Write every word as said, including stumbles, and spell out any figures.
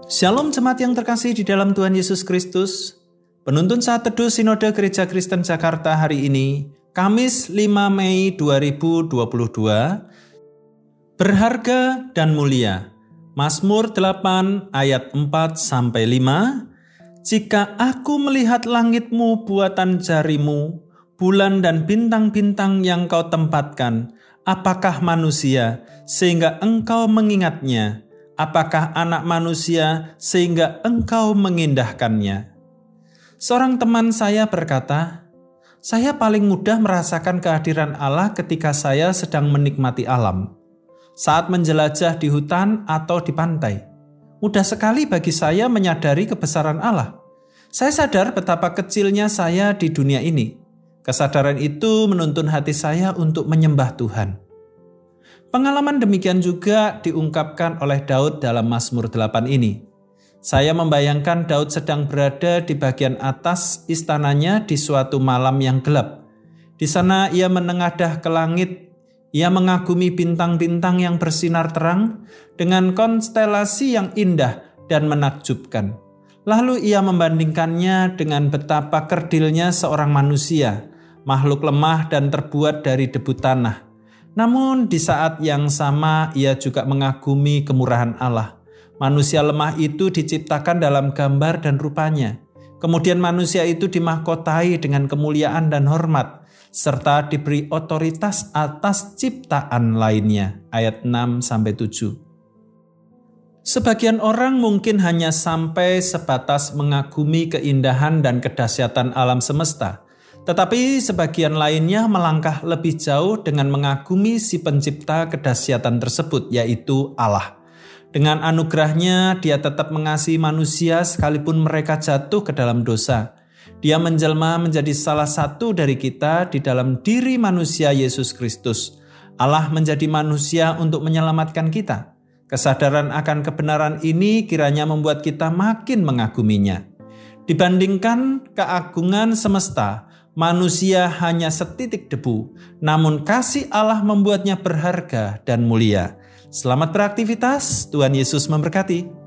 Shalom jemaat yang terkasih di dalam Tuhan Yesus Kristus. Penuntun Saat Teduh Sinode Gereja Kristen Jakarta hari ini, Kamis lima Mei dua ribu dua puluh dua, berharga dan mulia. Mazmur delapan ayat empat sampai lima. Jika aku melihat langitmu buatan jarimu, bulan dan bintang-bintang yang kau tempatkan, apakah manusia sehingga engkau mengingatnya? Apakah anak manusia sehingga engkau mengindahkannya? Seorang teman saya berkata, saya paling mudah merasakan kehadiran Allah ketika saya sedang menikmati alam, saat menjelajah di hutan atau di pantai. Mudah sekali bagi saya menyadari kebesaran Allah. Saya sadar betapa kecilnya saya di dunia ini. Kesadaran itu menuntun hati saya untuk menyembah Tuhan. Pengalaman demikian juga diungkapkan oleh Daud dalam Mazmur delapan ini. Saya membayangkan Daud sedang berada di bagian atas istananya di suatu malam yang gelap. Di sana ia menengadah ke langit, ia mengagumi bintang-bintang yang bersinar terang dengan konstelasi yang indah dan menakjubkan. Lalu ia membandingkannya dengan betapa kerdilnya seorang manusia, makhluk lemah dan terbuat dari debu tanah. Namun di saat yang sama ia juga mengagumi kemurahan Allah. Manusia lemah itu diciptakan dalam gambar dan rupanya. Kemudian manusia itu dimahkotai dengan kemuliaan dan hormat, serta diberi otoritas atas ciptaan lainnya. Ayat enam sampai tujuh. Sebagian orang mungkin hanya sampai sebatas mengagumi keindahan dan kedahsyatan alam semesta. Tetapi sebagian lainnya melangkah lebih jauh dengan mengagumi si pencipta kedahsyatan tersebut, yaitu Allah. Dengan anugerahnya, dia tetap mengasihi manusia sekalipun mereka jatuh ke dalam dosa. Dia menjelma menjadi salah satu dari kita di dalam diri manusia Yesus Kristus. Allah menjadi manusia untuk menyelamatkan kita. Kesadaran akan kebenaran ini kiranya membuat kita makin mengaguminya. Dibandingkan keagungan semesta, manusia hanya setitik debu, namun kasih Allah membuatnya berharga dan mulia. Selamat beraktivitas, Tuhan Yesus memberkati.